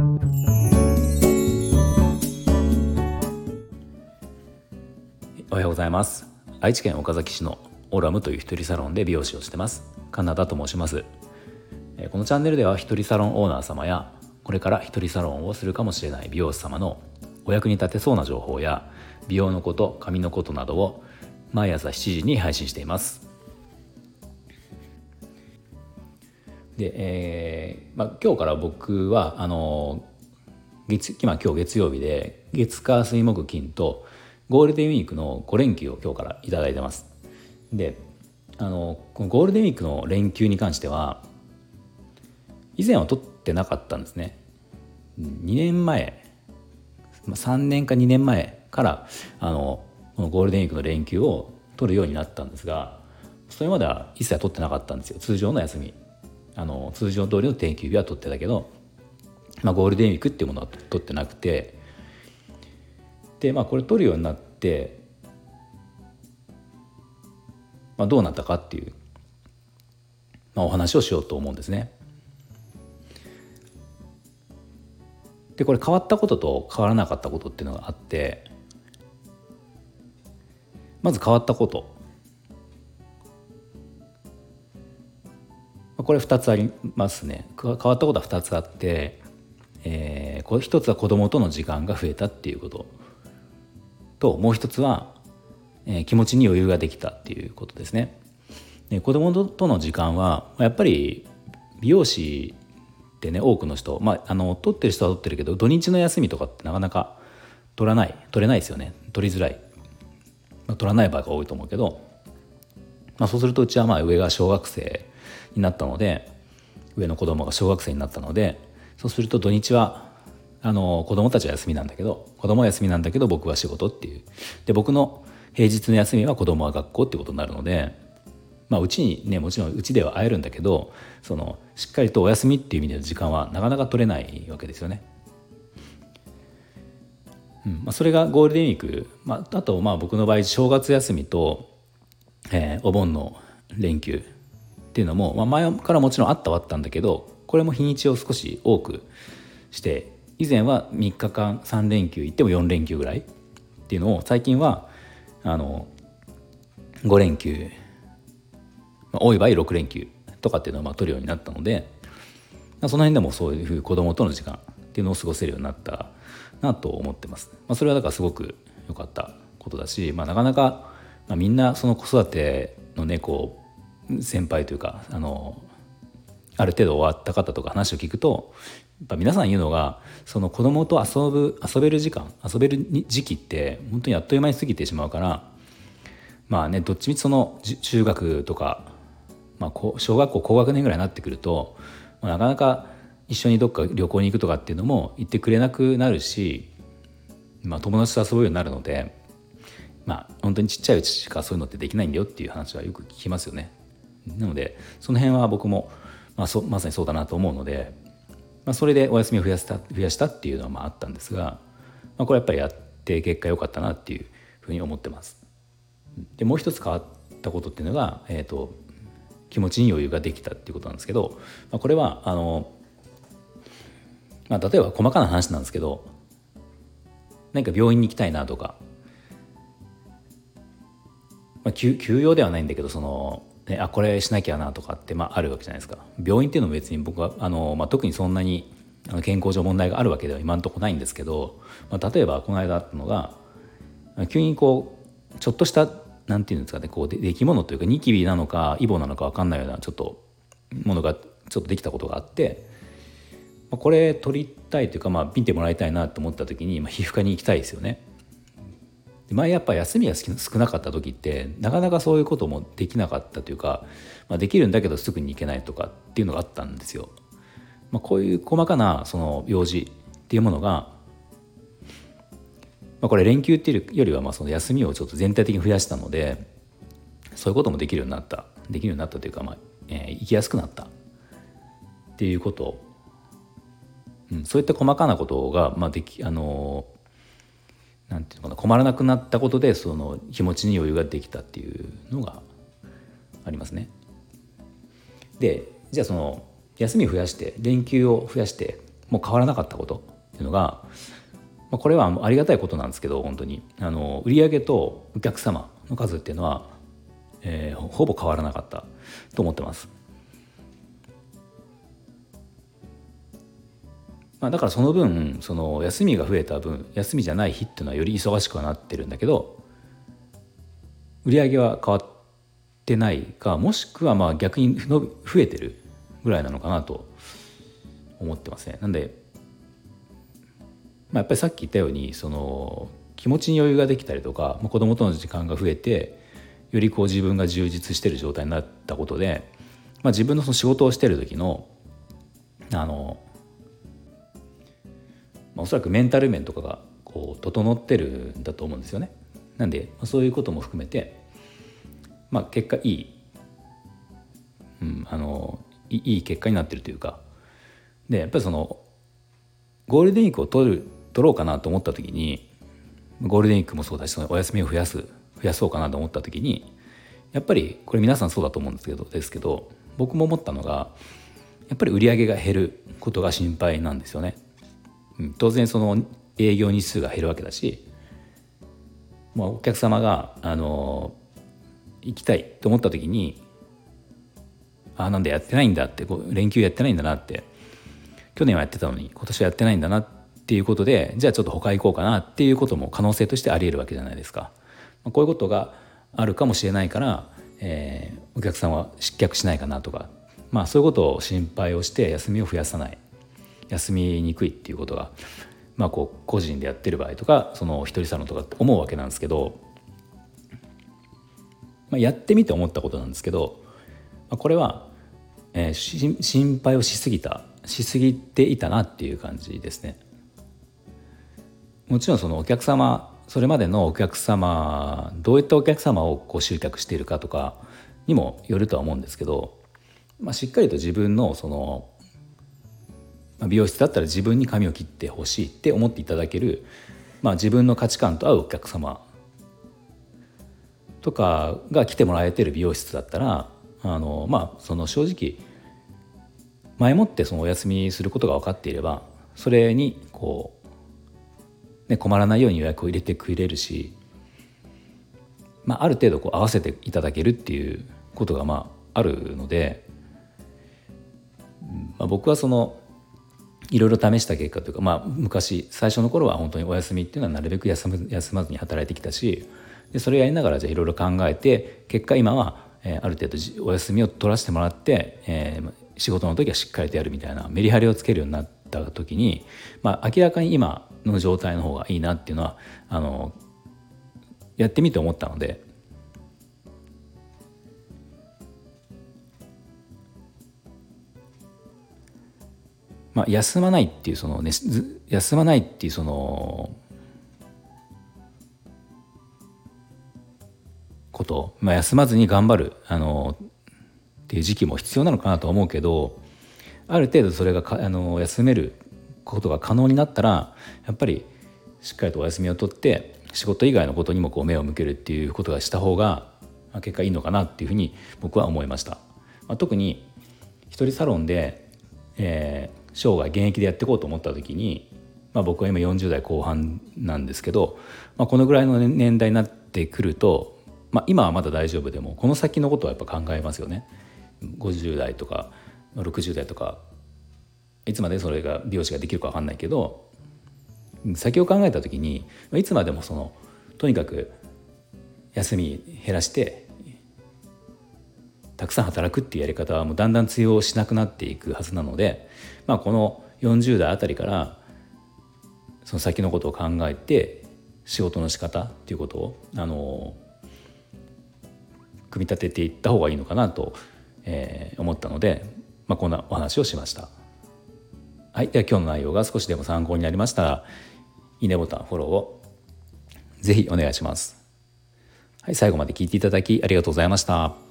おはようございます。愛知県岡崎市のオラムという一人サロンで美容師をしてます。カナダと申します。このチャンネルでは一人サロンオーナー様やこれから一人サロンをするかもしれない美容師様のお役に立てそうな情報や美容のこと、髪のことなどを毎朝7時に配信しています。で、今日から僕は今日月曜日で月火水木金とゴールデンウィークの5連休を今日からいただいてます。でこのゴールデンウィークの連休に関しては以前は取ってなかったんですね。2年前3年か2年前からこのゴールデンウィークの連休を取るようになったんですが、それまでは一切取ってなかったんですよ。通常の休み通常通りの定休日は取ってたけど、ゴールデンウィークっていうものは取ってなくて、でこれ取るようになって、どうなったかっていう、お話をしようと思うんですね。でこれ変わったことと変わらなかったことっていうのがあって、まず変わったこと、これ2つありますね。変わったことは2つあって、一つは子供との時間が増えたっていうことと、もう一つは、気持ちに余裕ができたっていうことですね。で子供との時間はやっぱり美容師ってね、多くの人、取ってる人は取ってるけど土日の休みとかってなかなか取れないですよね。取りづらい、取らない場合が多いと思うけど、そうするとうちは上が小学生になったので、上の子供が小学生になったので、そうすると土日は子供たちは休みなんだけど、僕は仕事っていう。で僕の平日の休みは子供は学校っていうことになるので、うちにね、もちろんうちでは会えるんだけど、しっかりとお休みっていう意味での時間はなかなか取れないわけですよね。それがゴールデンウィーク、あと僕の場合正月休みと、お盆の連休っていうのも、前からもちろんあったんだけど、これも日にちを少し多くして、以前は3日間3連休行っても4連休ぐらいっていうのを、最近は5連休、多い場合6連休とかっていうのを取るようになったので、その辺でもそういうふうに子供との時間っていうのを過ごせるようになったなと思ってます。それはだからすごく良かったことだし、なかなか、みんなその子育てのね、先輩というかある程度終わった方とか話を聞くと、やっぱ皆さん言うのが、その子供と遊べる時期って本当にあっという間に過ぎてしまうから、どっちみちその中学とか、小学校高学年ぐらいになってくると、なかなか一緒にどっか旅行に行くとかっていうのも言ってくれなくなるし、友達と遊ぶようになるので、本当にちっちゃいうちしかそういうのってできないんだよっていう話はよく聞きますよね。なのでその辺は僕も、まさにそうだなと思うので、それでお休みを増やしたっていうのはあったんですが、これやっぱりやって結果良かったなっていうふうに思ってます。でもう一つ変わったことっていうのが、気持ちに余裕ができたっていうことなんですけど、これは例えば細かな話なんですけど、何か病院に行きたいなとか、休養ではないんだけど、これしなきゃなとかってあるわけじゃないですか。病院っていうのも別に僕は特にそんなに健康上問題があるわけでは今のところないんですけど、例えばこの間あったのが、急にちょっとしたなんていうんですかね、出来物というかニキビなのかイボなのか分かんないようなちょっとものがちょっとできたことがあって、これ取りたいというか、見てもらいたいなと思った時に、皮膚科に行きたいですよね。前やっぱ休みが少なかった時ってなかなかそういうこともできなかったというか、できるんだけどすぐに行けないとかっていうのがあったんですよ。こういう細かなその用事っていうものが、これ連休っていうよりはその休みをちょっと全体的に増やしたので、そういうこともできるようになったというか、行きやすくなったっていうこと、そういった細かなことがなんていうのかな、困らなくなったことでその気持ちに余裕ができたっていうのがありますね。でじゃあその休みを増やして連休を増やしてもう変わらなかったことっていうのが、これはありがたいことなんですけど、本当に売上とお客様の数っていうのは、ほぼ変わらなかったと思ってます。だからその分その休みが増えた分、休みじゃない日っていうのはより忙しくはなってるんだけど、売上は変わってないか、もしくは逆に増えてるぐらいなのかなと思ってますね。なんで、やっぱりさっき言ったようにその気持ちに余裕ができたりとか、子供との時間が増えてより自分が充実している状態になったことで、自分のその仕事をしている時のおそらくメンタル面とかが整ってるんだと思うんですよね。なんでそういうことも含めて、結果いい結果になってるというか、でやっぱりそのゴールデンウィークを取ろうかなと思った時に、ゴールデンウィークもそうだし、そのお休みを増やそうかなと思った時に、やっぱりこれ皆さんそうだと思うんですけど、僕も思ったのがやっぱり売り上げが減ることが心配なんですよね。当然その営業日数が減るわけだし、お客様が行きたいと思った時に、なんでやってないんだって、連休やってないんだなって、去年はやってたのに今年はやってないんだなっていうことで、じゃあちょっと他行こうかなっていうことも可能性としてあり得るわけじゃないですか。こういうことがあるかもしれないから、お客さんは失脚しないかなとか、そういうことを心配をして休みを増やさない、休みにくいっていうことが、個人でやってる場合とか、その一人サロンとかって思うわけなんですけど、やってみて思ったことなんですけど、これは、心配をしすぎていたなっていう感じですね。もちろんそのお客様、それまでのお客様、どういったお客様を集客しているかとかにもよるとは思うんですけど、しっかりと自分のその美容室だったら自分に髪を切ってほしいって思っていただける、自分の価値観と合うお客様とかが来てもらえてる美容室だったら、その正直前もってそのお休みすることが分かっていれば、それに困らないように予約を入れてくれるし、ある程度合わせていただけるっていうことがあるので、僕はそのいろいろ試した結果というか、昔最初の頃は本当にお休みっていうのはなるべく休まずに働いてきたし、でそれやりながらじゃあいろいろ考えて、結果今は、ある程度お休みを取らせてもらって、仕事の時はしっかりとやるみたいなメリハリをつけるようになった時に、明らかに今の状態の方がいいなっていうのはやってみて思ったので、休まないっていうそのね、休まないっていうそのこと、休まずに頑張るっていう時期も必要なのかなとは思うけど、ある程度それが休めることが可能になったら、やっぱりしっかりとお休みを取って仕事以外のことにも目を向けるっていうことがした方が結果いいのかなっていうふうに僕は思いました。特に一人サロンで、生涯現役でやっていこうと思った時に、僕は今40代後半なんですけど、このぐらいの年代になってくると、今はまだ大丈夫でもこの先のことはやっぱ考えますよね。50代とか60代とか、いつまでそれが美容師ができるか分かんないけど、先を考えた時にいつまでもとにかく休み減らしてたくさん働くっていうやり方はもうだんだん通用しなくなっていくはずなので、この40代あたりからその先のことを考えて仕事の仕方っていうことを組み立てていった方がいいのかなと、思ったので、こんなお話をしました。はい、では今日の内容が少しでも参考になりましたら、いいねボタン、フォローをぜひお願いします。はい、最後まで聞いていただきありがとうございました。